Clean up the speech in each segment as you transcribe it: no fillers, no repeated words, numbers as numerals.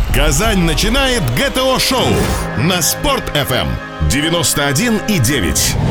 Казань начинает ГТО-шоу на Спорт-ФМ 91,9.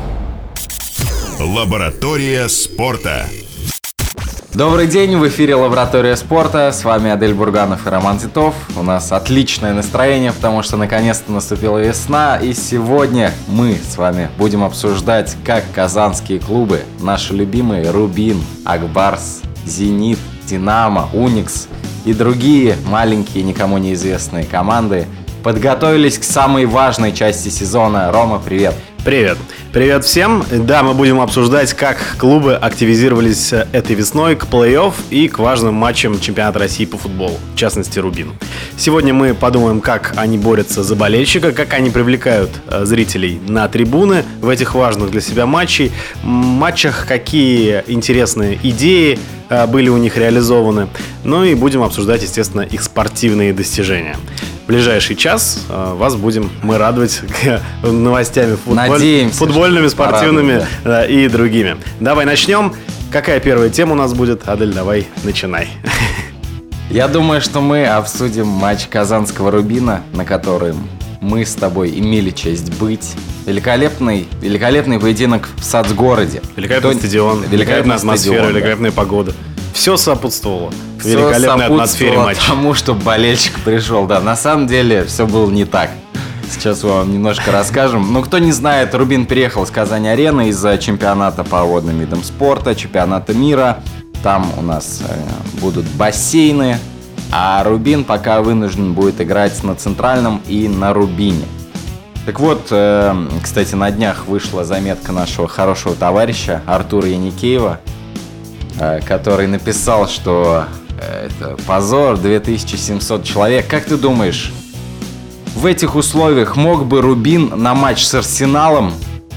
Лаборатория спорта. Добрый день, в эфире Лаборатория спорта. С вами Адель Бурганов и Роман Титов. У нас отличное настроение, потому что наконец-то наступила весна. И сегодня мы с вами будем обсуждать, как казанские клубы, наши любимые Рубин, Акбарс, Зенит, Динамо, Уникс и другие маленькие, никому неизвестные команды подготовились к самой важной части сезона. Рома, привет! Привет! Привет всем! Да, мы будем обсуждать, как клубы активизировались этой весной к плей-офф и к важным матчам чемпионата России по футболу, в частности Рубин. Сегодня мы подумаем, как они борются за болельщика, как они привлекают зрителей на трибуны в этих важных для себя матчах, какие интересные идеи были у них реализованы. Ну и будем обсуждать, естественно, их спортивные достижения. В ближайший час вас будем мы радовать новостями футбольными, спортивными и другими. Давай начнем. Какая первая тема у нас будет? Адель, давай, начинай. Я думаю, что мы обсудим матч казанского Рубина, на котором мы с тобой имели честь быть. Великолепный поединок в Сацгороде. Великолепный стадион, великолепная атмосфера, великолепная погода. Все сопутствовало. Великолепной атмосфере матча. Потому что болельщик пришел. Да, на самом деле все было не так. Сейчас вам немножко расскажем. Но кто не знает, Рубин переехал с Казань-арены из-за чемпионата по водным видам спорта, чемпионата мира. Там у нас будут бассейны. А Рубин пока вынужден будет играть на Центральном и на Рубине. Так вот, кстати, на днях вышла заметка нашего хорошего товарища Артура Яникеева, который написал, что это позор, 2700 человек. Как ты думаешь, в этих условиях мог бы Рубин на матч с Арсеналом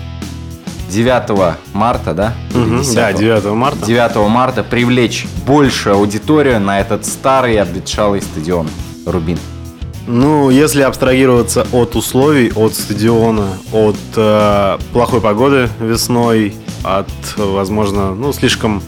9 марта, да? Да, 9 марта. 9 марта привлечь большую аудиторию на этот старый обветшалый стадион Рубин? Ну, если абстрагироваться от условий, от стадиона, от плохой погоды весной, от, возможно, слишком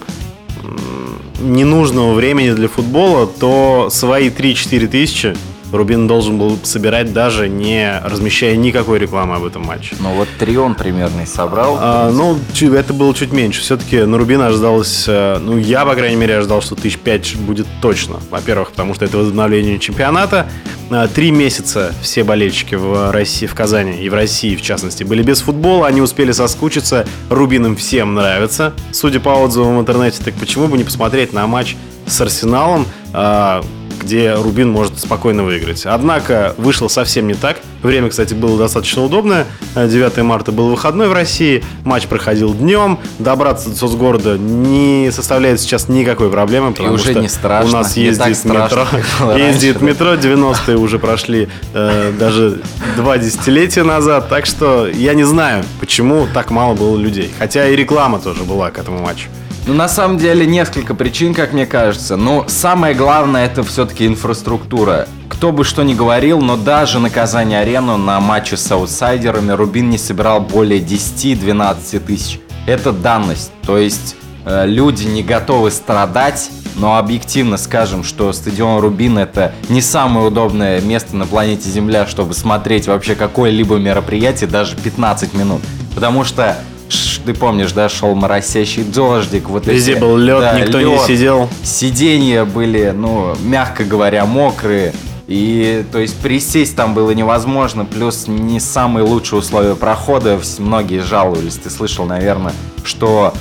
ненужного времени для футбола, то свои 3-4 тысячи Рубин должен был собирать, даже не размещая никакой рекламы об этом матче. Ну вот 3 он примерно и собрал. Это было чуть меньше. Все-таки на Рубин ожидалось, я, по крайней мере, ожидал, что 5 будет точно. Во-первых, потому что это возобновление чемпионата. 3 месяца все болельщики в России, в Казани и в России, в частности, были без футбола. Они успели соскучиться. Рубин им всем нравится, судя по отзывам в интернете. Так почему бы не посмотреть на матч с Арсеналом, где Рубин может спокойно выиграть. Однако вышло совсем не так. Время, кстати, было достаточно удобное. 9 марта был выходной в России. Матч проходил днем. Добраться до соцгорода не составляет сейчас никакой проблемы. Потому уже что не страшно. У нас ездит метро. Ездит метро. 90-е уже прошли даже 2 десятилетия назад. Так что я не знаю, почему так мало было людей. Хотя и реклама тоже была к этому матчу. На самом деле несколько причин, как мне кажется. Но самое главное, это все-таки инфраструктура. Кто бы что ни говорил, но даже на Казань-арену на матче с аутсайдерами Рубин не собирал более 10-12 тысяч. Это данность. То есть люди не готовы страдать, но объективно скажем, что стадион Рубин — это не самое удобное место на планете Земля, чтобы смотреть вообще какое-либо мероприятие даже 15 минут. Потому что ты помнишь, да, шел моросящий дождик. Везде был лед, никто не сидел. Сиденья были, мягко говоря, мокрые. И, то есть, присесть там было невозможно. Плюс не самые лучшие условия прохода. Многие жаловались. Ты слышал, наверное, что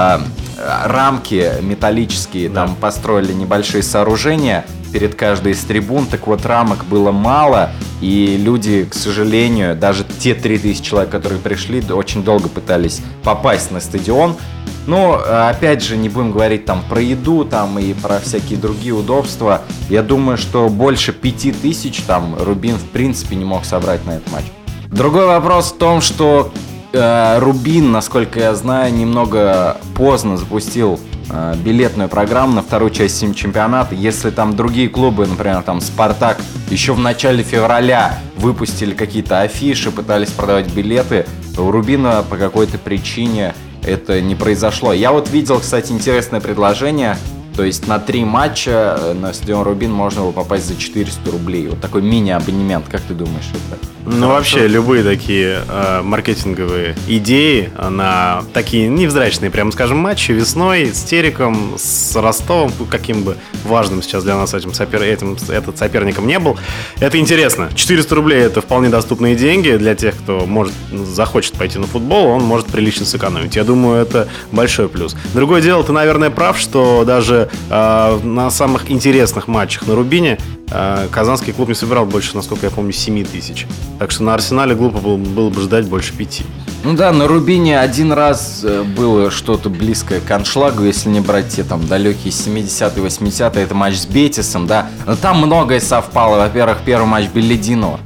рамки металлические, там построили небольшие сооружения перед каждой из трибун. Так вот, рамок было мало. И люди, к сожалению, даже те 3000 человек, которые пришли, очень долго пытались попасть на стадион. Но, опять же, не будем говорить там про еду там и про всякие другие удобства. Я думаю, что больше 5000 там Рубин в принципе не мог собрать на этот матч. Другой вопрос в том, что Рубин, насколько я знаю, немного поздно запустил билетную программу на вторую часть чемпионата. Если там другие клубы, например, там Спартак, еще в начале февраля выпустили какие-то афиши, пытались продавать билеты, то у Рубина по какой-то причине это не произошло. Я вот видел, кстати, интересное предложение То есть на 3 матча на стадион Рубин можно было попасть за 400 рублей. Вот такой мини-абонемент. Как ты думаешь, это? Ну, вообще, любые такие маркетинговые идеи на такие невзрачные, прямо скажем, матчи весной с Тереком, с Ростовом, каким бы важным сейчас для нас этот соперником не был. Это интересно. 400 рублей – это вполне доступные деньги для тех, кто захочет пойти на футбол, он может прилично сэкономить. Я думаю, это большой плюс. Другое дело, ты, наверное, прав, что даже на самых интересных матчах на Рубине казанский клуб не собирал больше, насколько я помню, 7 тысяч. Так что на Арсенале глупо было бы ждать больше 5. Ну да, на Рубине один раз было что-то близкое к аншлагу, если не брать те там далекие 70-е, 80-е, это матч с Бетисом, да. Но там многое совпало. Во-первых, первый матч Беллидинова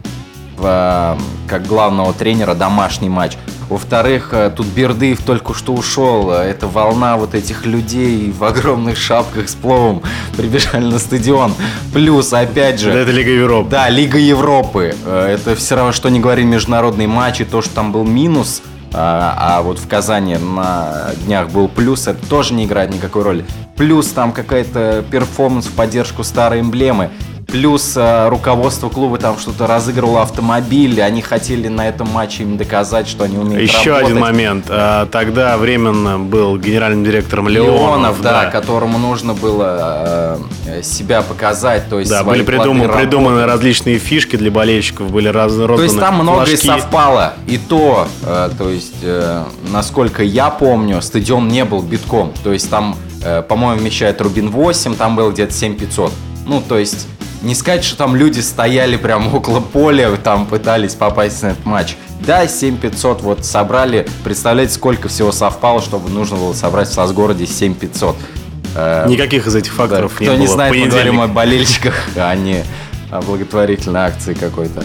как главного тренера, домашний матч. Во-вторых, тут Бердыев только что ушел. Это волна вот этих людей в огромных шапках с пловом прибежали на стадион. Плюс, опять же... Это Лига Европы. Да, Лига Европы. Это все равно, что не говори, международные матчи. То, что там был минус, а вот в Казани на днях был плюс, это тоже не играет никакой роли. Плюс там какая-то перформанс в поддержку старой эмблемы. Плюс руководство клуба там что-то разыгрывало автомобиль, они хотели на этом матче им доказать, что они умеют Еще работать. один момент. Тогда временно был генеральным директором Леонов, да, которому нужно было себя показать. То есть да, были придуманы различные фишки для болельщиков, были розданы то есть там многое флажки. совпало. И то есть, насколько я помню, стадион не был битком. То есть там, по-моему, вмещает Рубин 8, там было где-то 7500. Ну, то есть... Не сказать, что там люди стояли прямо около поля, там пытались попасть на этот матч. Да, 7500 вот собрали. Представляете, сколько всего совпало, чтобы нужно было собрать в Сосгороде 7500. Никаких из этих факторов да, не было. Кто не знает, мы говорим о болельщиках, а не о благотворительной акции какой-то.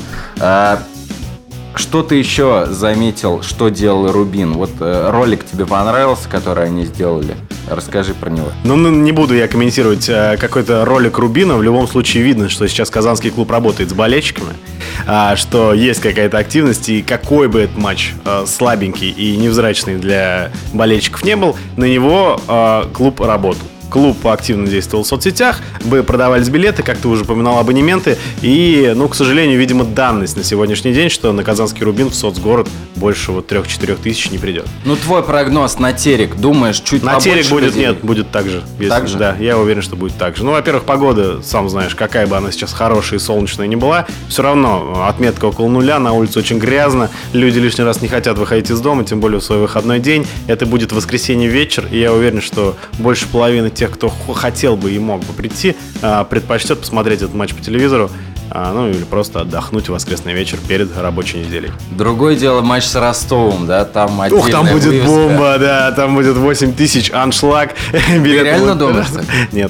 Что ты еще заметил, что делал Рубин? Вот ролик тебе понравился, который они сделали? Расскажи про него. Ну, не буду я комментировать какой-то ролик Рубина. В любом случае видно, что сейчас казанский клуб работает с болельщиками, что есть какая-то активность, и какой бы этот матч слабенький и невзрачный для болельщиков не был, на него клуб работал. Клуб активно действовал в соцсетях, продавались билеты, как ты уже упоминал, абонементы. И, к сожалению, видимо, данность на сегодняшний день, что на казанский Рубин в соцгород больше 3-4 тысяч не придет. Ну, твой прогноз на Терек, думаешь, чуть побольше? На Терек будет, людей? Нет, будет так же. Так же? Да, я уверен, что будет так же. Ну, во-первых, погода, сам знаешь, какая бы она сейчас хорошая и солнечная не была, все равно отметка около нуля, на улице очень грязно, люди лишний раз не хотят выходить из дома, тем более в свой выходной день. Это будет воскресенье вечер, и я уверен, что больше половины тех, кто хотел бы и мог бы прийти, предпочтет посмотреть этот матч по телевизору, или просто отдохнуть в воскресный вечер перед рабочей неделей. Другое дело матч с Ростовом, да, там отдельная там будет вывеска. Бомба, да, там будет 8 тысяч, аншлаг. Ты реально думаешь? Нет.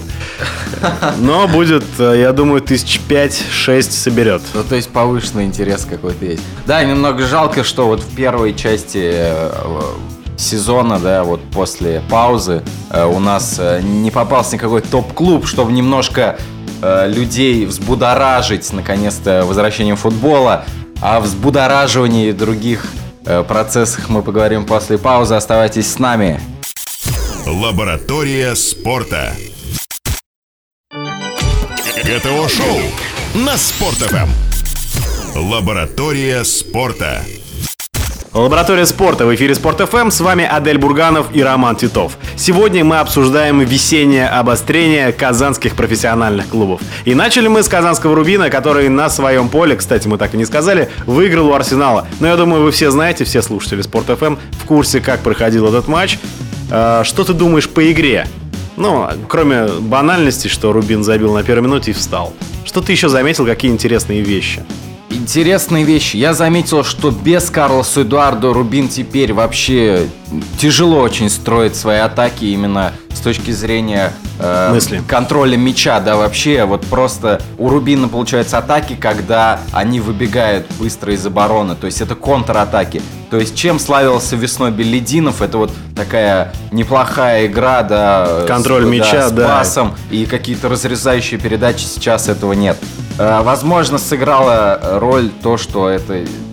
Но будет, я думаю, 5-6 соберет. Ну, то есть повышенный интерес какой-то есть. Да, немного жалко, что вот в первой части сезона, да, вот после паузы у нас не попался никакой топ-клуб, чтобы немножко людей взбудоражить, наконец-то, возвращением футбола. О взбудораживании и других процессах мы поговорим после паузы. Оставайтесь с нами. Лаборатория спорта. ГТО-шоу на Спорт.ФМ. Лаборатория спорта. Лаборатория спорта в эфире Спорт.ФМ. С вами Адель Бурганов и Роман Титов. Сегодня мы обсуждаем весеннее обострение казанских профессиональных клубов. И начали мы с казанского Рубина, который на своем поле, кстати, мы так и не сказали, выиграл у Арсенала. Но я думаю, вы все знаете, все слушатели Спорт.ФМ в курсе, как проходил этот матч. Что ты думаешь по игре? Кроме банальности, что Рубин забил на первой минуте и встал. Что ты еще заметил, какие интересные вещи? Интересные вещи. Я заметил, что без Карлоса Эдуардо Рубин теперь вообще тяжело очень строить свои атаки именно с точки зрения контроля мяча. Да, вообще, вот просто у Рубина получаются атаки, когда они выбегают быстро из обороны. То есть это контратаки. То есть чем славился весной Беллидинов, это вот такая неплохая игра, да, контроль мяча, с пасом и какие-то разрезающие передачи. Сейчас этого нет. Возможно, сыграла роль то, что это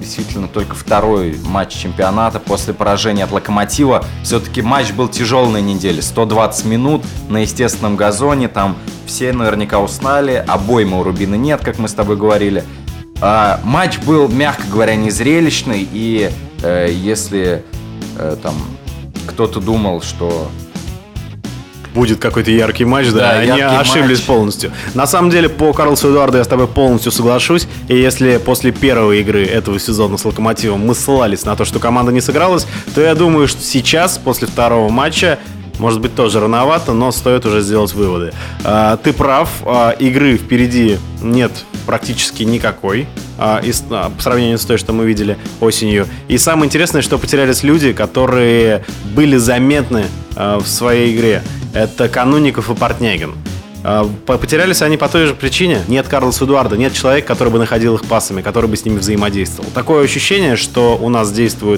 действительно только второй матч чемпионата после поражения от Локомотива. Все-таки матч был тяжелый на неделе. 120 минут на естественном газоне. Там все наверняка устали. Обоймы у Рубина нет, как мы с тобой говорили. Матч был, мягко говоря, незрелищный. И если там кто-то думал, что... будет какой-то яркий матч, да, они ошиблись полностью. На самом деле, по Карлосу Эдуарду я с тобой полностью соглашусь. И если после первой игры этого сезона с Локомотивом мы ссылались на то, что команда не сыгралась, то я думаю, что сейчас, после второго матча, может быть, тоже рановато, но стоит уже сделать выводы. Ты прав, игры впереди нет практически никакой по сравнению с той, что мы видели осенью. И самое интересное, что потерялись люди, которые были заметны в своей игре. Это Канунников и Портнягин. Потерялись они по той же причине. Нет Карлоса Эдуарда, нет человека, который бы находил их пасами, который бы с ними взаимодействовал. Такое ощущение, что у нас действует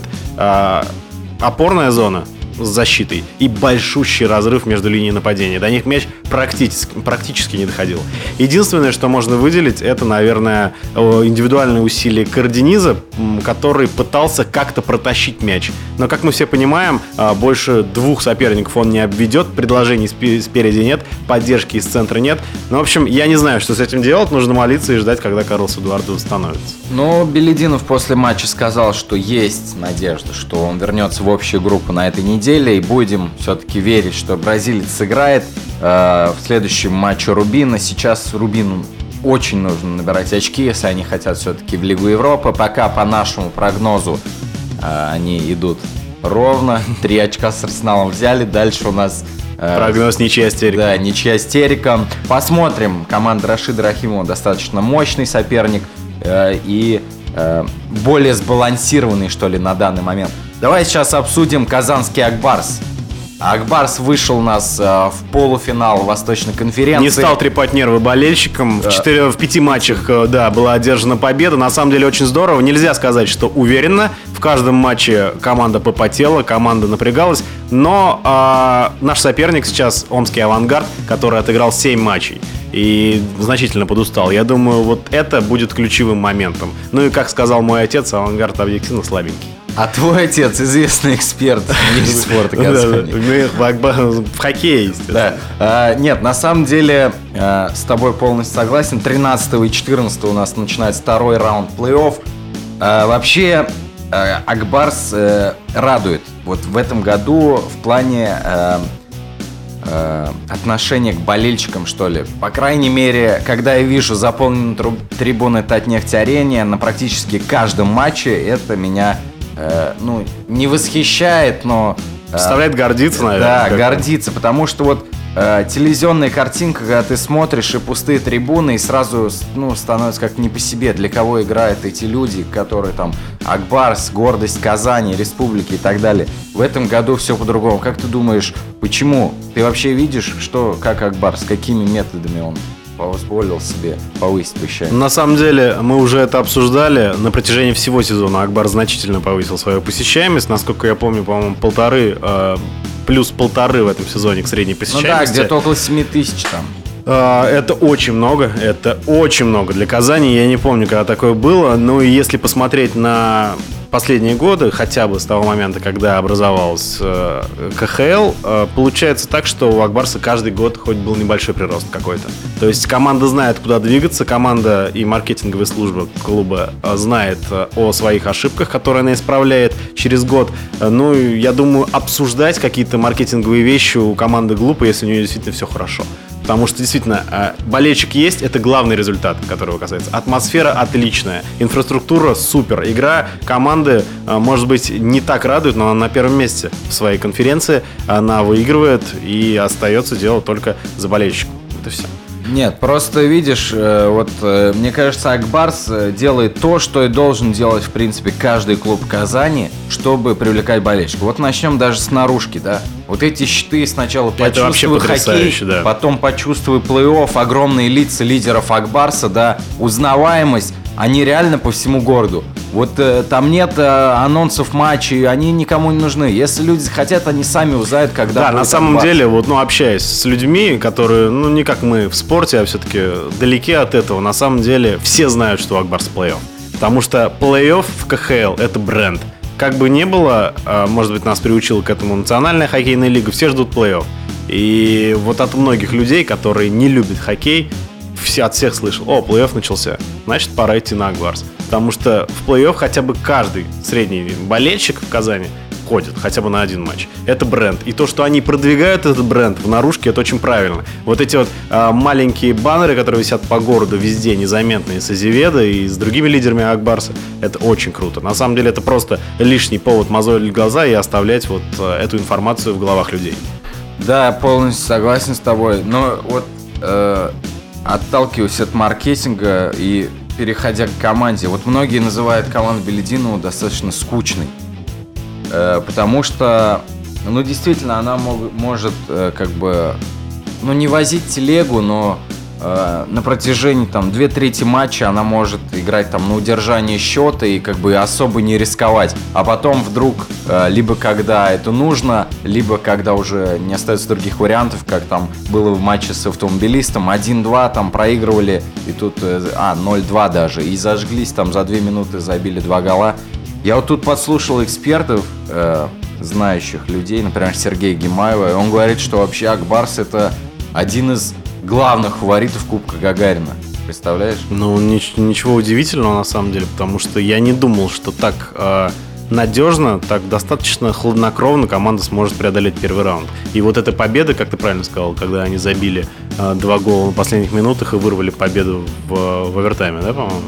опорная зона с защитой и большущий разрыв между линией нападения. До них мяч практически не доходил. Единственное, что можно выделить, это, наверное, индивидуальные усилия Кардениза, который пытался как-то протащить мяч. Но, как мы все понимаем, больше двух соперников он не обведет, предложений спереди нет, поддержки из центра нет. Ну, в общем, я не знаю, что с этим делать, нужно молиться и ждать, когда Карлос Эдуарду восстановится. Но Белединов после матча сказал, что есть надежда, что он вернется в общую группу на этой неделе, и будем все-таки верить, что бразилец сыграет в следующем матче Рубина. Сейчас Рубину очень нужно набирать очки, если они хотят все-таки в Лигу Европы. Пока по нашему прогнозу они идут ровно. 3 очка с Арсеналом взяли. Дальше у нас... прогноз ничья с Тереком. Да, ничья с Тереком. Посмотрим. Команда Рашида Рахимова достаточно мощный соперник и более сбалансированный, что ли, на данный момент. Давай сейчас обсудим казанский Акбарс. Акбарс вышел у нас в полуфинал Восточной конференции. Не стал трепать нервы болельщикам. В 5 матчах, да, была одержана победа. На самом деле очень здорово. Нельзя сказать, что уверенно. В каждом матче команда попотела, команда напрягалась. Но наш соперник сейчас Омский Авангард, который отыграл 7 матчей и значительно подустал. Я думаю, вот это будет ключевым моментом. Ну и, как сказал мой отец, Авангард объективно слабенький. А твой отец известный эксперт в мире спорта Казани. В хоккее, естественно. Да. Нет, на самом деле с тобой полностью согласен. 13 и 14 у нас начинается второй раунд плей-офф. Вообще Акбарс радует. Вот в этом году в плане отношения к болельщикам, что ли. По крайней мере, когда я вижу заполненные трибуны Татнефть-Арене на практически каждом матче, это меня... не восхищает, но... Заставляет гордиться, наверное. Да, гордиться, потому что вот телевизионная картинка, когда ты смотришь и пустые трибуны, и сразу становится как не по себе, для кого играют эти люди, которые там Акбарс, гордость Казани, республики и так далее. В этом году все по-другому. Как ты думаешь, почему? Ты вообще видишь, как Акбарс, какими методами он позволил себе повысить посещаемость? На самом деле, мы уже это обсуждали. На протяжении всего сезона Акбар значительно повысил свою посещаемость. Насколько я помню, по-моему, плюс 1,5 в этом сезоне к средней посещаемости. Ну да, где-то около 7 тысяч там. Это очень много для Казани. Я не помню, когда такое было. Ну и если посмотреть на последние годы, хотя бы с того момента, когда образовалась КХЛ, получается так, что у Акбарса каждый год хоть был небольшой прирост какой-то. То есть команда знает, куда двигаться, команда и маркетинговая служба клуба знает о своих ошибках, которые она исправляет через год. Ну, я думаю, обсуждать какие-то маркетинговые вещи у команды глупо, если у нее действительно все хорошо. Потому что, действительно, болельщик есть, это главный результат, которого касается. Атмосфера отличная, инфраструктура супер. Игра команды, может быть, не так радует, но она на первом месте в своей конференции. Она выигрывает, и остается дело только за болельщиком. Это все. Нет, просто видишь, мне кажется, Акбарс делает то, что и должен делать, в принципе, каждый клуб Казани, чтобы привлекать болельщиков. Вот начнем даже с наружки, да. Вот эти щиты сначала почувствуй хоккей, да. Потом почувствуй плей-офф, огромные лица лидеров Акбарса, да, узнаваемость, они реально по всему городу. Вот там нет анонсов матчей, они никому не нужны. Если люди хотят, они сами узнают, когда. Да, на самом деле, общаясь с людьми, которые, не как мы в спорте, а все-таки далеки от этого, на самом деле все знают, что у Акбарса плей-офф. Потому что плей-офф в КХЛ – это бренд. Как бы ни было, может быть, нас приучила к этому Национальная хоккейная лига, все ждут плей-офф. И вот от многих людей, которые не любят хоккей, от всех слышал: о, плей-офф начался, значит, пора идти на Ак Барс. Потому что в плей-офф хотя бы каждый средний болельщик в Казани ходит хотя бы на один матч. Это бренд. И то, что они продвигают этот бренд в наружке, это очень правильно. Вот эти вот маленькие баннеры, которые висят по городу везде, незаметные, с Азеведа и с другими лидерами Ак Барса, это очень круто. На самом деле это просто лишний повод мозолить глаза и оставлять вот эту информацию в головах людей. Да, полностью согласен с тобой. Но вот отталкиваясь от маркетинга и переходя к команде, вот многие называют команду Белединова достаточно скучной. Потому что, ну, действительно, она может как бы, ну, не возить телегу, но на протяжении там 2/3 матча она может играть там на удержание счета и как бы особо не рисковать. А потом вдруг, либо когда это нужно, либо когда уже не остается других вариантов, как там было в матче с Автомобилистом, 1-2 там проигрывали, и тут 0-2 даже, и зажглись там за 2 минуты, забили 2 гола. Я вот тут подслушал экспертов, знающих людей, например, Сергея Гимаева, и он говорит, что вообще Ак Барс — это один из главных фаворитов Кубка Гагарина. Представляешь? Ну, ничего удивительного на самом деле, потому что я не думал, что так надежно, так достаточно хладнокровно команда сможет преодолеть первый раунд. И вот эта победа, как ты правильно сказал, когда они забили 2 гола на последних минутах и вырвали победу в овертайме, да, по-моему?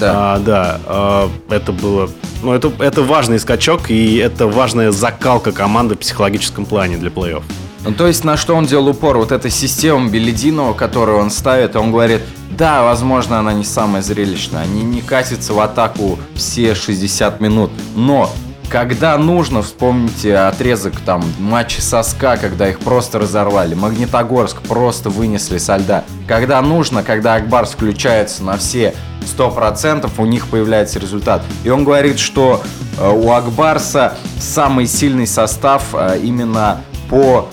Да. Это было... Ну, это важный скачок, и это важная закалка команды в психологическом плане для плей-офф. Ну, то есть, на что он делал упор? Вот эта система Белединова, которую он ставит, он говорит: да, возможно, она не самая зрелищная, они не катятся в атаку все 60 минут, но когда нужно, вспомните отрезок там матча со СКА, когда их просто разорвали, Магнитогорск просто вынесли со льда. Когда нужно, когда Ак Барс включается на все 100%, у них появляется результат. И он говорит, что у Ак Барса самый сильный состав именно по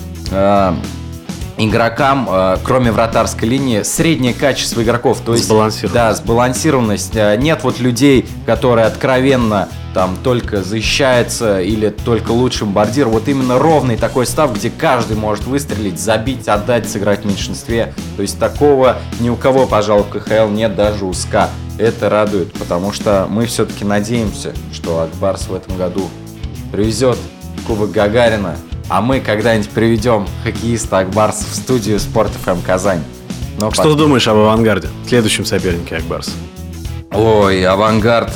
игрокам, кроме вратарской линии, среднее качество игроков, то есть сбалансированность. Нет вот людей, которые откровенно там только защищается или только лучший бомбардир. Вот именно ровный такой состав, где каждый может выстрелить, забить, отдать, сыграть в меньшинстве. То есть такого ни у кого, пожалуй, в КХЛ нет, даже у СКА. Это радует, потому что мы все-таки надеемся, что Ак Барс в этом году привезет Кубок Гагарина. А мы когда-нибудь приведем хоккеиста Ак Барса в студию Спорт ФМ Казань. Что ты думаешь об Авангарде, следующем сопернике Ак Барса? Ой, Авангард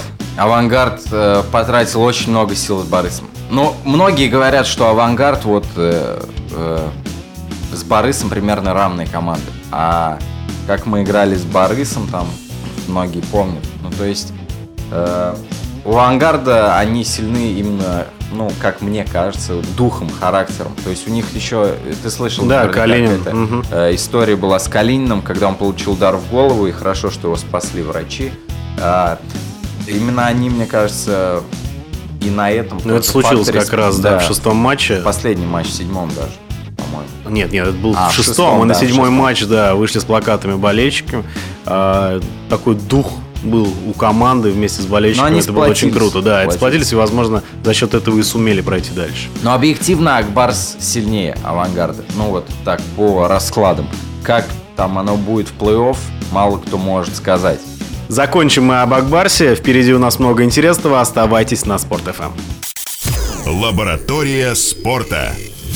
потратил очень много сил с Борисом. Но многие говорят, что Авангард вот с Борисом примерно равные команды. А как мы играли с Борисом, там многие помнят. Ну, то есть у Авангарда они сильны именно, ну, как мне кажется, духом, характером. То есть у них еще, ты слышал, да, Калинин. История была с Калининым, когда он получил удар в голову, и хорошо, что его спасли врачи. Именно они, мне кажется, и на этом... Ну, это случилось как раз, да, в 6-м матче. Последний матч, в 7-м даже, по-моему. Нет, это был в 6-м, мы на 7-й матч, да, вышли с плакатами болельщиками. Такой дух был у команды вместе с болельщиками, это было очень круто. Да, это сплотились, и, возможно, за счет этого и сумели пройти дальше. Но объективно Ак Барс сильнее Авангарда. Ну вот так, по раскладам. Как там оно будет в плей-офф, мало кто может сказать. Закончим мы об Ак Барсе. Впереди у нас много интересного. Оставайтесь на Спорт ФМ. Лаборатория спорта.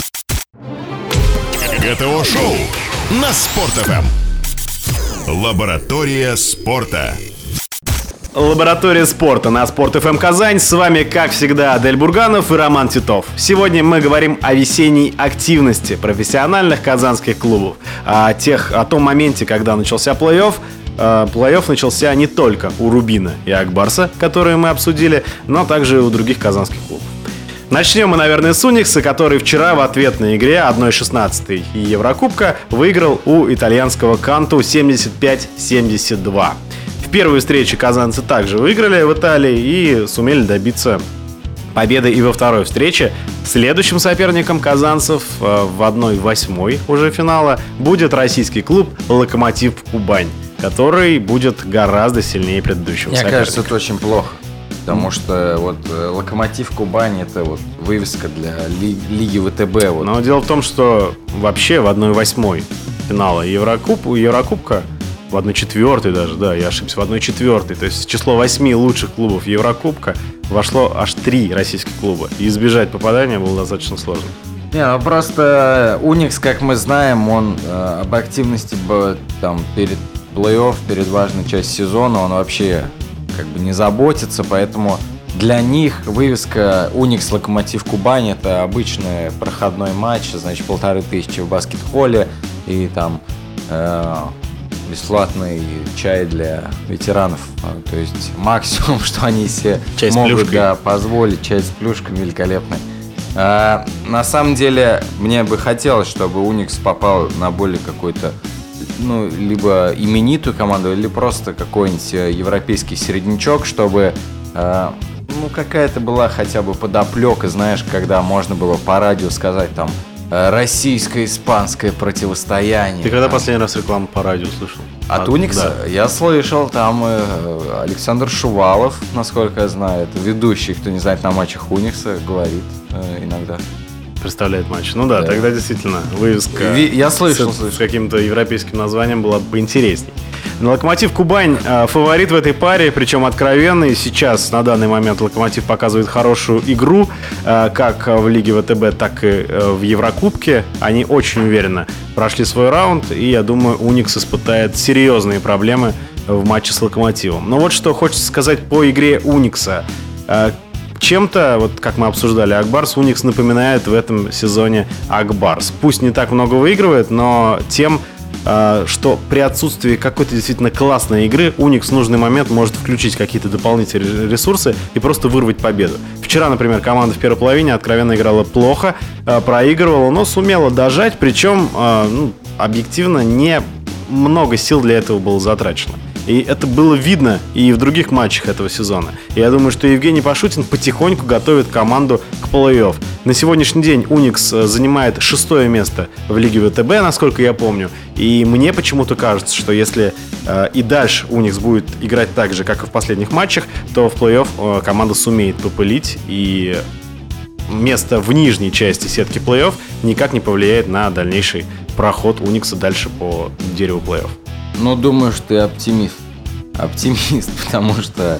ГТО-шоу на Спорт ФМ. Лаборатория спорта. Лаборатория спорта на Спорт ФМ Казань. С вами, как всегда, Адель Бурганов и Роман Титов. Сегодня мы говорим о весенней активности профессиональных казанских клубов. О том моменте, когда начался плей-офф. Плей-офф начался не только у Рубина и Ак Барса, которые мы обсудили, но также и у других казанских клубов. Начнем мы, наверное, с Уникса, который вчера в ответной игре 1/16 и Еврокубка выиграл у итальянского Канту 75-72. В первой встрече казанцы также выиграли в Италии и сумели добиться победы и во второй встрече. Следующим соперником казанцев в 1/8 уже финала будет российский клуб «Локомотив Кубань». который будет гораздо сильнее предыдущего Мне соперника. кажется, это очень плохо. Потому что вот Локомотив Кубань — это вот вывеска для Лиги ВТБ. Вот. Но дело в том, что вообще в 1/8 финала Еврокубка, в 1/4 даже, да, я ошибся, в 1/4, то есть в число 8 лучших клубов Еврокубка вошло аж 3 российских клуба. И избежать попадания было достаточно сложно. Не, ну просто Уникс, как мы знаем, он об активности там перед плей-офф, перед важной частью сезона, он вообще как бы не заботится, поэтому для них вывеска Уникс Локомотив Кубань — это обычный проходной матч, значит 1500 в баскет-холле и там бесплатный чай для ветеранов. То есть максимум, что они себе чай могут позволить, чай с плюшками великолепный. На самом деле, мне бы хотелось, чтобы Уникс попал на более какой-то, ну, либо именитую команду, или просто какой-нибудь европейский середнячок, чтобы, ну, какая-то была хотя бы подоплека, знаешь, когда можно было по радио сказать там российско-испанское противостояние. Ты когда последний раз рекламу по радио слышал? От Уникса? Да. Я слышал, там Александр Шувалов, насколько я знаю, это ведущий, кто не знает, на матчах Уникса говорит иногда. Представляет матч. Ну да, тогда действительно вывеска я слышал, с каким-то европейским названием была бы интересней. Но Локомотив Кубань фаворит в этой паре, причем откровенный. Сейчас, на данный момент, Локомотив показывает хорошую игру, как в Лиге ВТБ, так и в Еврокубке. Они очень уверенно прошли свой раунд, и я думаю, Уникс испытает серьезные проблемы в матче с Локомотивом. Но вот что хочется сказать по игре Уникса. Чем-то, вот как мы обсуждали, Ак-Барс, Уникс напоминает в этом сезоне Ак-Барс. Пусть не так много выигрывает, но тем, что при отсутствии какой-то действительно классной игры Уникс в нужный момент может включить какие-то дополнительные ресурсы и просто вырвать победу. Вчера, например, команда в первой половине откровенно играла плохо, проигрывала, но сумела дожать, причем объективно не много сил для этого было затрачено. И это было видно и в других матчах этого сезона. И я думаю, что Евгений Пашутин потихоньку готовит команду к плей-офф. На сегодняшний день Уникс занимает 6-е место в Лиге ВТБ, насколько я помню. И мне почему-то кажется, что если и дальше Уникс будет играть так же, как и в последних матчах, то в плей-офф команда сумеет попылить, и место в нижней части сетки плей-офф никак не повлияет на дальнейший проход Уникса дальше по дереву плей-офф. Ну, думаю, что ты оптимист. Оптимист, потому что,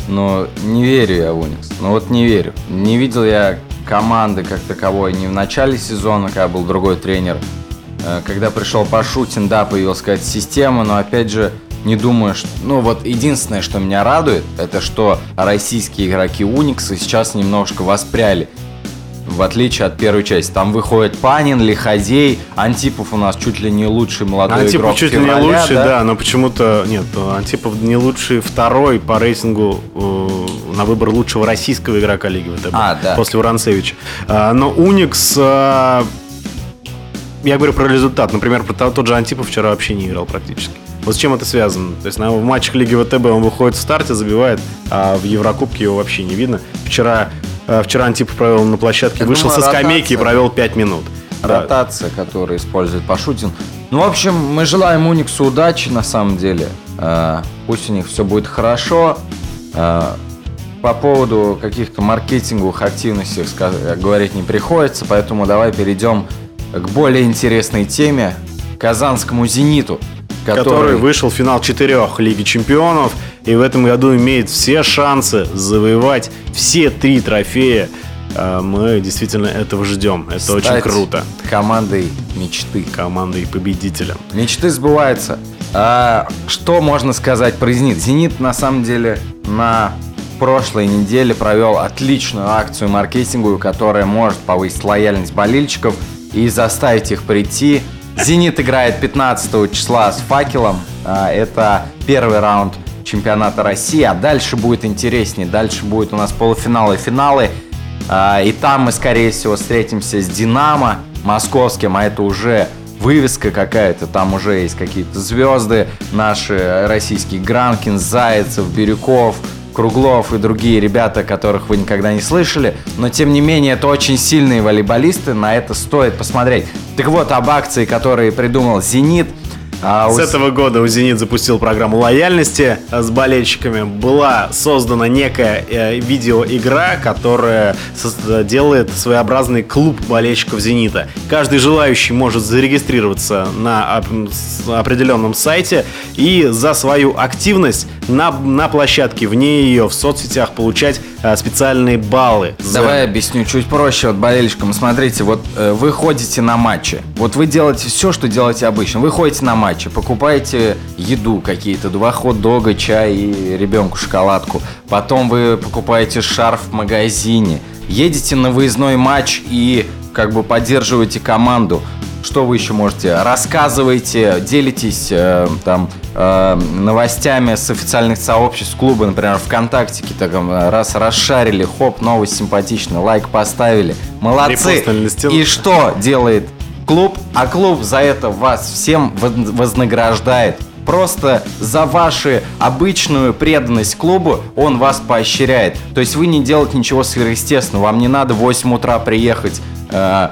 не верю я в Уникс. Не верю. Не видел я команды как таковой ни в начале сезона, когда был другой тренер. Когда пришел Пашутин, да, появилась какая-то система, но опять же, не думаю, что... единственное, что меня радует, это что российские игроки Уникса сейчас немножко воспряли. В отличие от первой части. Там выходит Панин, Лиходей, Антипов у нас чуть ли не лучший молодой игрок. Антипов чуть ли не лучший, да, но почему-то... Нет, Антипов не лучший, второй по рейтингу на выбор лучшего российского игрока Лиги ВТБ. Да. После Воронцевича. Но Уникс... Я говорю про результат. Например, про тот же Антипов вчера вообще не играл практически. Вот с чем это связано? То есть в матчах Лиги ВТБ он выходит в старте, забивает, а в Еврокубке его вообще не видно. Вчера Антипов провел на площадке, вышел со скамейки и провел 5 минут. Ротация, которую использует Пашутин. В общем, мы желаем Униксу удачи, на самом деле. Пусть у них все будет хорошо. По поводу каких-то маркетинговых активностей говорить не приходится, поэтому давай перейдем к более интересной теме. Казанскому «Зениту», который вышел в финал 4 Лиги Чемпионов и в этом году имеет все шансы завоевать все 3 трофея. Мы действительно этого ждем. Это очень круто. Командой мечты. Командой победителя. Мечты сбываются. Что можно сказать про «Зенит»? «Зенит» на самом деле на прошлой неделе провел отличную акцию маркетинговую, которая может повысить лояльность болельщиков и заставить их прийти. «Зенит» играет 15 числа с «Факелом». Это первый раунд чемпионата России. А дальше будет интереснее. Дальше будет у нас полуфиналы и финалы. И там мы, скорее всего, встретимся с «Динамо» московским. А это уже вывеска какая-то. Там уже есть какие-то звезды. Наши российские: Гранкин, Зайцев, Бирюков, Круглов и другие ребята, которых вы никогда не слышали. Но, тем не менее, это очень сильные волейболисты. На это стоит посмотреть. Так вот, об акции, которую придумал «Зенит». С этого года «Зенит» запустил программу лояльности с болельщиками. Была создана некая видеоигра, которая делает своеобразный клуб болельщиков «Зенита». Каждый желающий может зарегистрироваться на определенном сайте и за свою активность на площадке, вне ее, в соцсетях получать специальные баллы. Давай объясню чуть проще вот болельщикам. Смотрите, вот вы ходите на матчи. Вот вы делаете все, что делаете обычно. Вы ходите на матчи, покупаете еду какие-то, 2 хот-дога, чай и ребенку шоколадку. Потом вы покупаете шарф в магазине. Едете на выездной матч и как бы поддерживаете команду. Что вы еще можете? Рассказывайте, делитесь новостями с официальных сообществ клуба, например, ВКонтактике, раз расшарили, хоп, новость симпатичная, лайк поставили, молодцы. И что делает клуб? А клуб за это вас всем вознаграждает. Просто за вашу обычную преданность клубу он вас поощряет. То есть вы не делаете ничего сверхъестественного, вам не надо в 8 утра приехать к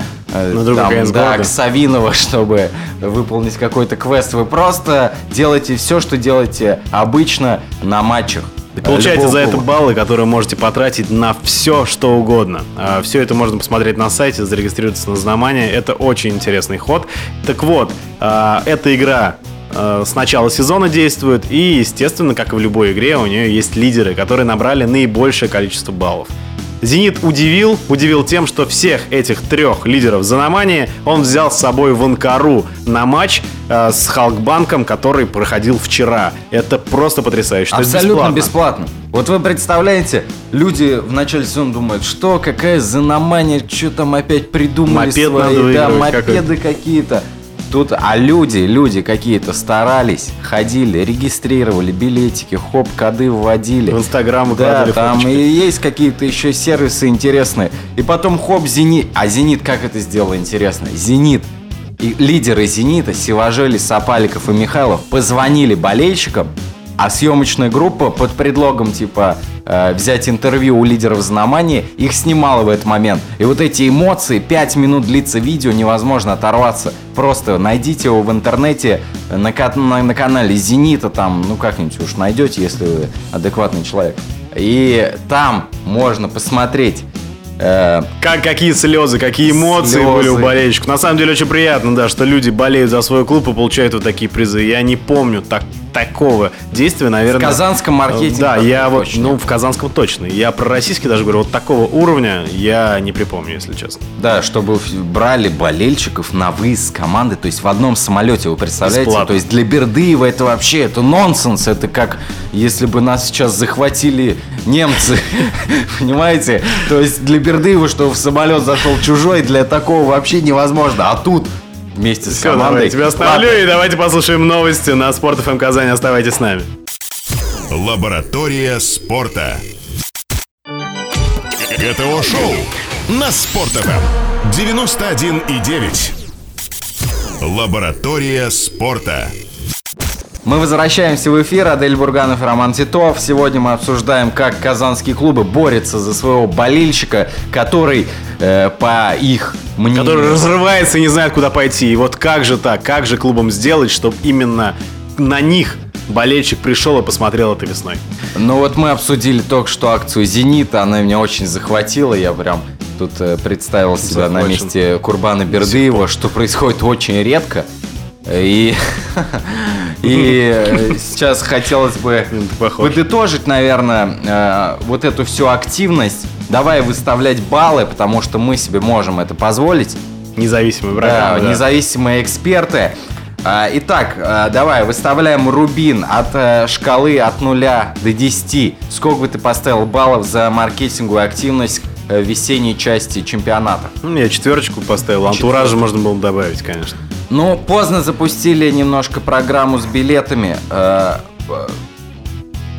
Савиново, чтобы выполнить какой-то квест. Вы просто делаете все, что делаете обычно на матчах. Получаете за это баллы, которые можете потратить на все, что угодно. Все это можно посмотреть на сайте, зарегистрироваться на знамение. Это очень интересный ход. Так вот, эта игра с начала сезона действует, и, естественно, как и в любой игре, у нее есть лидеры, которые набрали наибольшее количество баллов. «Зенит» удивил тем, что всех этих 3 лидеров Заномании он взял с собой в Анкару на матч с Халкбанком, который проходил вчера. Это просто потрясающе. Абсолютно бесплатно. Вот вы представляете, люди в начале сезона думают, что, какая Заномания, что там опять придумали мопеды какие-то. Тут, люди какие-то старались, ходили, регистрировали билетики, хоп, коды вводили. В Инстаграм укладывали там фоточки. И есть какие-то еще сервисы интересные. И потом хоп, «Зенит». А «Зенит» как это сделал интересно? «Зенит». И лидеры «Зенита», Сиважели, Сапаликов и Михайлов, позвонили болельщикам, а съемочная группа под предлогом взять интервью у лидеров Заномании их снимала в этот момент. И вот эти эмоции, 5 минут длится видео, невозможно оторваться. Просто найдите его в интернете на канале «Зенита», там, как-нибудь уж найдете, если вы адекватный человек. И там можно посмотреть. Какие слезы, какие эмоции были у болельщиков. На самом деле очень приятно, да, что люди болеют за свой клуб и получают вот такие призы. Я не помню такого действия, наверное. В казанском маркетинге. Да, в казанском точно. Я про российский даже говорю, вот такого уровня я не припомню, если честно. Да, чтобы брали болельщиков на выезд с команды, то есть в одном самолете, вы представляете? Бесплатно. То есть для Бердыева это вообще, это нонсенс. Это как если бы нас сейчас захватили немцы, понимаете? То есть для Бердыева, что в самолет зашел чужой, для такого вообще невозможно. А тут вместе с командой. Давай, тебя оставлю, и давайте послушаем новости на Спорт ФМ Казань. Оставайтесь с нами. Лаборатория спорта. ГТО-шоу на Спорт ФМ 91,9. Лаборатория спорта. Мы возвращаемся в эфир. Адель Бурганов и Роман Титов. Сегодня мы обсуждаем, как казанские клубы борются за своего болельщика, который, по их мнению... Который разрывается и не знает, куда пойти. И вот как же так? Как же клубам сделать, чтобы именно на них болельщик пришел и посмотрел это весной? Ну вот мы обсудили только что акцию «Зенита». Она меня очень захватила. Я прям тут представил себя на месте Курбана Бердыева, что происходит очень редко. И сейчас хотелось бы подытожить, наверное, вот эту всю активность. Давай выставлять баллы, потому что мы себе можем это позволить. Независимые программы. Да, независимые эксперты. Итак, давай выставляем рубин от шкалы от 0 до 10. Сколько бы ты поставил баллов за маркетинговую активность в весенней части чемпионата? Я 4 поставил. Антуража можно было добавить, конечно. Ну, поздно запустили немножко программу с билетами.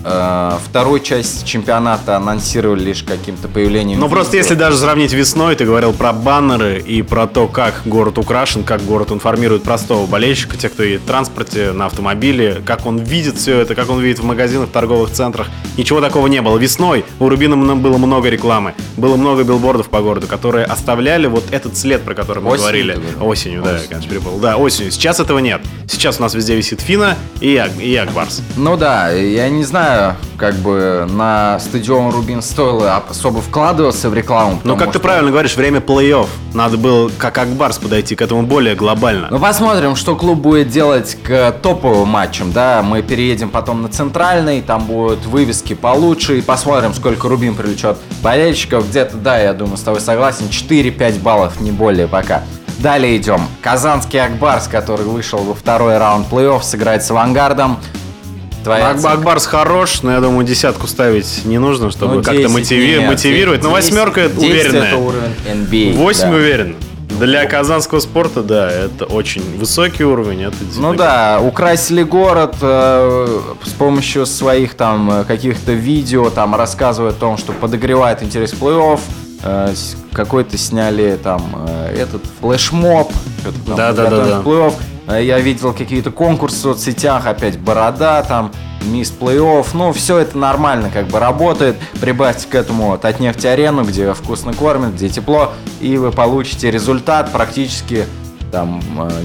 Вторую часть чемпионата анонсировали лишь каким-то появлением. Ну просто если даже сравнить весной, ты говорил про баннеры и про то, как город украшен, как город информирует простого болельщика, тех, кто едет в транспорте, на автомобиле, как он видит все это, как он видит в магазинах, в торговых центрах. Ничего такого не было. Весной у Рубина было много рекламы, было много билбордов по городу, которые оставляли вот этот след, про который мы говорили. Осенью, да, я, конечно, перепутал. Да, осенью. Сейчас этого нет. Сейчас у нас везде висит Фина и Акбарс. Ну да, я не знаю, как бы на стадион Рубин стоило особо вкладываться в рекламу. Ну, как ты правильно говоришь, время плей-офф. Надо было, как Акбарс, подойти к этому более глобально. Ну, посмотрим, что клуб будет делать к топовым матчам, да. Мы переедем потом на центральный, там будут вывески получше, и посмотрим, сколько Рубин привлечет болельщиков. Где-то, да, я думаю, с тобой согласен, 4-5 баллов, не более пока. Далее идем. Казанский Акбарс, который вышел во второй раунд плей-офф, сыграет с Авангардом. Акбарс хорош, но я думаю, десятку ставить не нужно, чтобы как-то мотивировать. Но восьмерка уверенная. Это уровень NBA. 8 да. уверен. Для казанского спорта, да, это очень высокий уровень. Это ну да, украсили город с помощью своих там каких-то видео, там рассказывая о том, что подогревает интерес к плей-офф. Какой-то сняли там этот флешмоб. Да. Плей-офф. Я видел какие-то конкурсы в соцсетях, опять борода, там, мисс плей-офф. Ну, все это нормально как бы работает. Прибавьте к этому Татнефть-арену, где вкусно кормят, где тепло, и вы получите результат практически там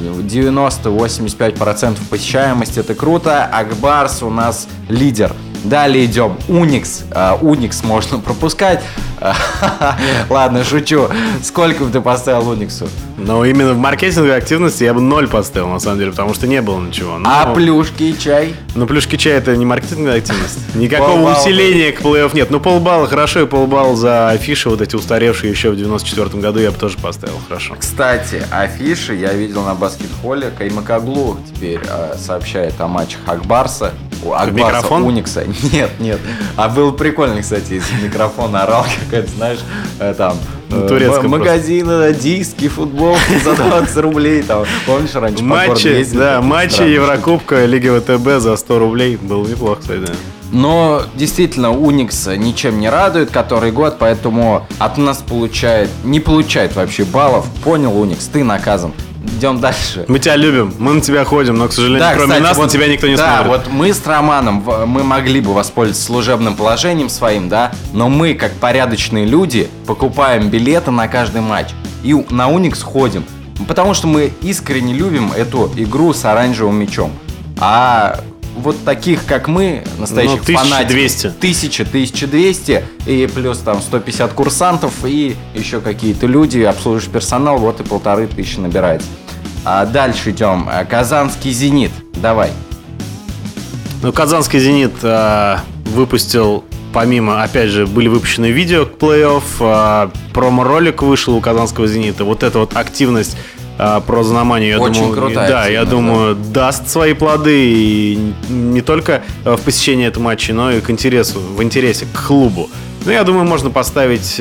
90-85% посещаемости. Это круто. Акбарс у нас лидер. Далее идем. Уникс. Уникс можно пропускать. Ладно, шучу. Сколько бы ты поставил Униксу? Ну, именно в маркетинговой активности я бы 0 поставил, на самом деле, потому что не было ничего. А плюшки и чай? Ну, плюшки и чай — это не маркетинговая активность. Никакого усиления к плей-офф нет. Ну, полбалла хорошо, и полбалла за афиши, вот эти устаревшие еще в 94-м году я бы тоже поставил, хорошо. Кстати, афиши я видел на баскет-холле. Каймакоглу теперь сообщает о матчах Акбарса. Акбарса, Уникса. Нет. А было прикольно, кстати, из микрофона орал какая-то, знаешь, там... магазин, диски, футбол за 20 рублей. Там, помнишь, раньше по городу ездили? Да, матчи Еврокубка, Лиги ВТБ за 100 рублей. Было неплохо, кстати, да. Но действительно Уникс ничем не радует который год, поэтому от нас не получает вообще баллов. Понял, Уникс, ты наказан. Идем дальше. Мы тебя любим, мы на тебя ходим, но, к сожалению, да, кроме нас вот, на тебя никто не смотрит. Да, вот мы с Романом, мы могли бы воспользоваться служебным положением своим, да, но мы, как порядочные люди, покупаем билеты на каждый матч и на Уникс ходим, потому что мы искренне любим эту игру с оранжевым мячом. А вот таких, как мы, настоящих фанатиков, 1200, и плюс там 150 курсантов, и еще какие-то люди, обслуживающий персонал, вот и 1500 набирается. А дальше идем. Казанский «Зенит». Давай. Ну, Казанский «Зенит» выпустил, помимо, опять же, были выпущены видео к плей-офф, промо-ролик вышел у Казанского «Зенита». Вот эта вот активность про знамение, я очень думаю, да, я думаю, даст свои плоды и не только в посещении этого матча, но и в интересе к клубу. Ну, я думаю, можно поставить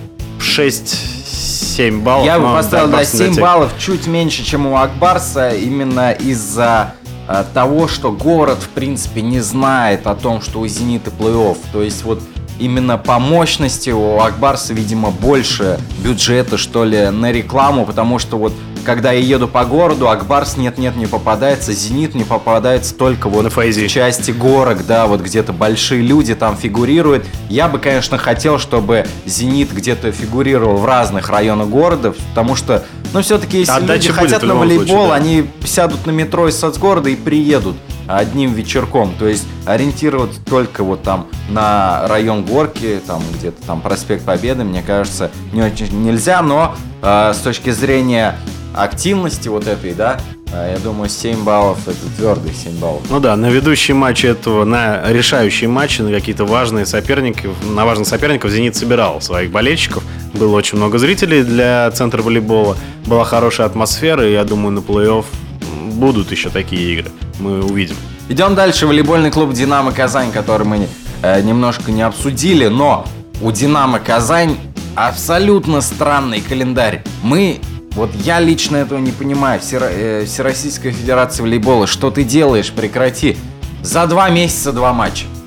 6-7 баллов. Я бы поставил 7 баллов, чуть меньше, чем у Акбарса, именно из-за того, что город, в принципе, не знает о том, что у «Зенита» плей-офф. То есть вот именно по мощности у Акбарса, видимо, больше бюджета, что ли, на рекламу, потому что вот когда я еду по городу, Акбарс не попадается, «Зенит» не попадается только вот в части горок, да, вот где-то большие люди там фигурируют. Я бы, конечно, хотел, чтобы «Зенит» где-то фигурировал в разных районах города, потому что, ну, все-таки, если люди хотят на волейбол, случае, да, они сядут на метро из соцгорода и приедут одним вечерком, то есть ориентироваться только вот там на район Горки, там где-то там проспект Победы, мне кажется, не очень нельзя, но с точки зрения активности вот этой, да, я думаю, 7 баллов это твердые 7 баллов. Ну да, на ведущие матчи этого, на решающие матчи, на какие-то важные соперники, на важных соперников «Зенит» собирал своих болельщиков. Было очень много зрителей для центра волейбола, была хорошая атмосфера, и я думаю, на плей-офф будут еще такие игры, мы увидим. Идем дальше. Волейбольный клуб «Динамо Казань», который мы немножко не обсудили, но у «Динамо Казань» абсолютно странный календарь. Вот я лично этого не понимаю. Всероссийская федерация волейбола, что ты делаешь? Прекрати. За 2 месяца 2 матча.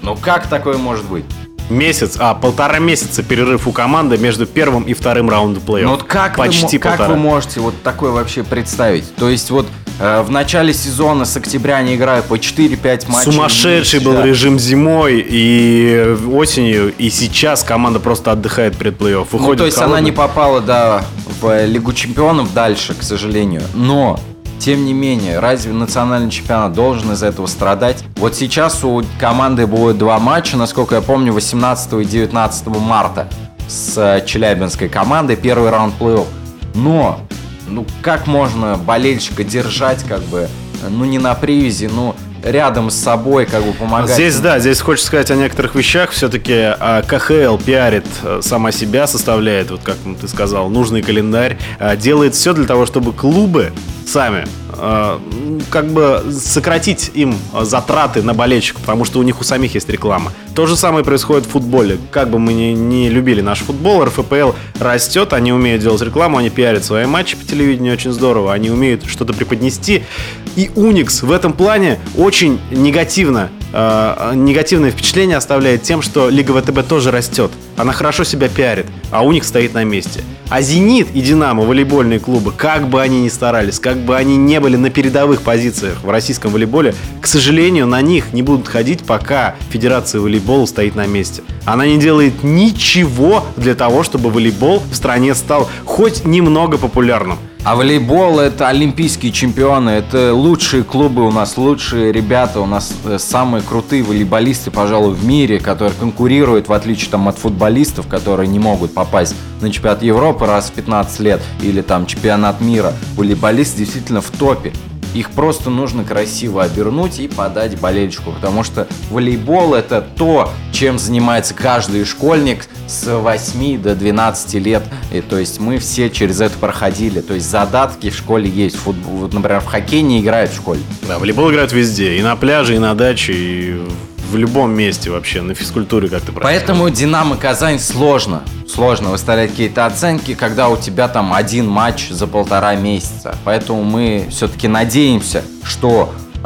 Ну как такое может быть? Полтора месяца перерыв у команды между первым и вторым раундом плей-офф. Ну вот как вы можете вот такое вообще представить? То есть вот в начале сезона с октября они играют по 4-5 матчей. Сумасшедший был режим зимой и осенью, и сейчас команда просто отдыхает перед плей-офф. Ну, то есть она не попала, в Лигу чемпионов дальше, к сожалению. Но, тем не менее, разве национальный чемпионат должен из-за этого страдать? Вот сейчас у команды будет 2 матча, насколько я помню, 18 и 19 марта с челябинской командой, первый раунд плей-офф. Но, как можно болельщика держать, не на привязи, рядом с собой, помогать? Здесь хочется сказать о некоторых вещах. Все-таки КХЛ пиарит сама себя, составляет, вот как ты сказал, нужный календарь, делает все для того, чтобы клубы сами сократить им затраты на болельщиков, потому что у них у самих есть реклама. То же самое происходит в футболе. Как бы мы не любили наш футбол, РФПЛ растет, они умеют делать рекламу, они пиарят свои матчи по телевидению очень здорово, они умеют что-то преподнести. И Уникс в этом плане очень негативное впечатление оставляет тем, что Лига ВТБ тоже растет. Она хорошо себя пиарит, а Уникс стоит на месте. А Зенит и Динамо, волейбольные клубы, как бы они ни старались, как бы они не были на передовых позициях в российском волейболе, к сожалению, на них не будут ходить, пока Федерация волейбола стоит на месте. Она не делает ничего для того, чтобы волейбол в стране стал хоть немного популярным. А волейбол — это олимпийские чемпионы, это лучшие клубы у нас, лучшие ребята, у нас самые крутые волейболисты, пожалуй, в мире, которые конкурируют, в отличие от футболистов, которые не могут попасть на чемпионат Европы раз в 15 лет или чемпионат мира. Волейболисты действительно в топе. Их просто нужно красиво обернуть и подать болельщику, потому что волейбол — это то, чем занимается каждый школьник с 8 до 12 лет. И, то есть мы все через это проходили. То есть задатки в школе есть. Вот, например, в хоккей не играют в школе. Да, волейбол играют везде. И на пляже, и на даче, и в любом месте вообще, на физкультуре, как ты правильно Поэтому сказал. Динамо Казань сложно выставлять какие-то оценки, когда у тебя один матч за 1,5 месяца. Поэтому мы все-таки надеемся, что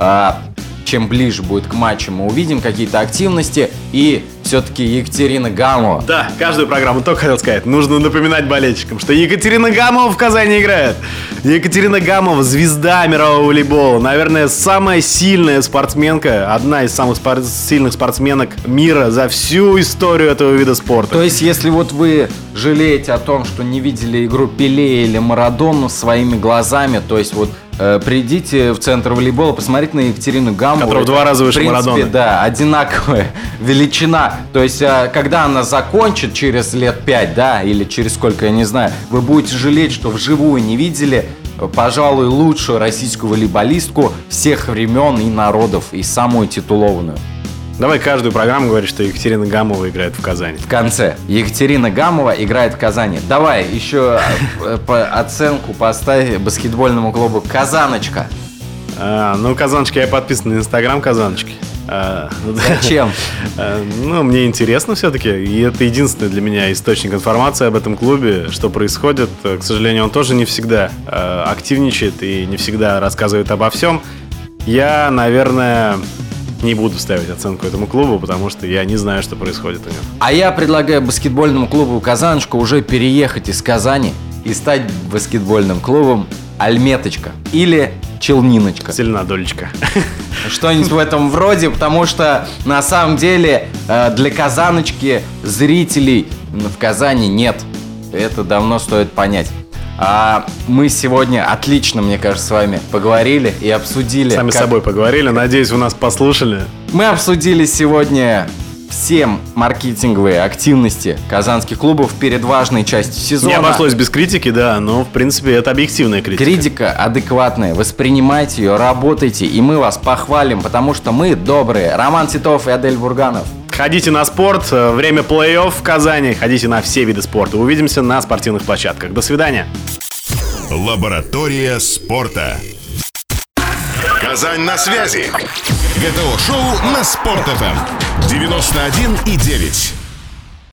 чем ближе будет к матчу, мы увидим какие-то активности. И все-таки Екатерина Гамова. Да, каждую программу только хотел сказать. Нужно напоминать болельщикам, что Екатерина Гамова в Казани играет. Екатерина Гамова — звезда мирового волейбола. Наверное, самая сильная спортсменка, одна из самых сильных спортсменок мира за всю историю этого вида спорта. То есть, если вы жалеете о том, что не видели игру Пеле или Марадону своими глазами, то есть придите в центр волейбола, посмотрите на Екатерину Гамову. Которая в 2 раза выше Марадоны. В принципе, да, одинаковая величина. То есть, когда она закончит через лет 5, или через сколько, я не знаю, вы будете жалеть, что вживую не видели, пожалуй, лучшую российскую волейболистку всех времен и народов, и самую титулованную. Давай каждую программу говорить, что Екатерина Гамова играет в Казани. В конце. Екатерина Гамова играет в Казани. Давай еще оценку поставь баскетбольному клубу «Казаночка». Казаночка, я подписан на Инстаграм Казаночки. Зачем? Мне интересно все-таки. И это единственный для меня источник информации об этом клубе, что происходит. К сожалению, он тоже не всегда активничает и не всегда рассказывает обо всем. Я, наверное, не буду ставить оценку этому клубу, потому что я не знаю, что происходит у него. А я предлагаю баскетбольному клубу «Казаночка» уже переехать из Казани и стать баскетбольным клубом «Альметочка» или «Челниночка». Зеленодольчика. Что-нибудь в этом вроде, потому что на самом деле для «Казаночки» зрителей в Казани нет. Это давно стоит понять. А мы сегодня отлично, мне кажется, с вами поговорили и обсудили. Сами с собой поговорили, надеюсь, вы нас послушали. Мы обсудили сегодня все маркетинговые активности казанских клубов перед важной частью сезона. Не обошлось без критики, да, но в принципе это объективная критика. Критика адекватная, воспринимайте ее, работайте, и мы вас похвалим, потому что мы добрые. Роман Титов и Адель Бурганов. Ходите на спорт, время плей-офф в Казани, ходите на все виды спорта. Увидимся на спортивных площадках. До свидания. Лаборатория спорта. Казань на связи. ГТО-шоу на Спорт.ФМ 91,9.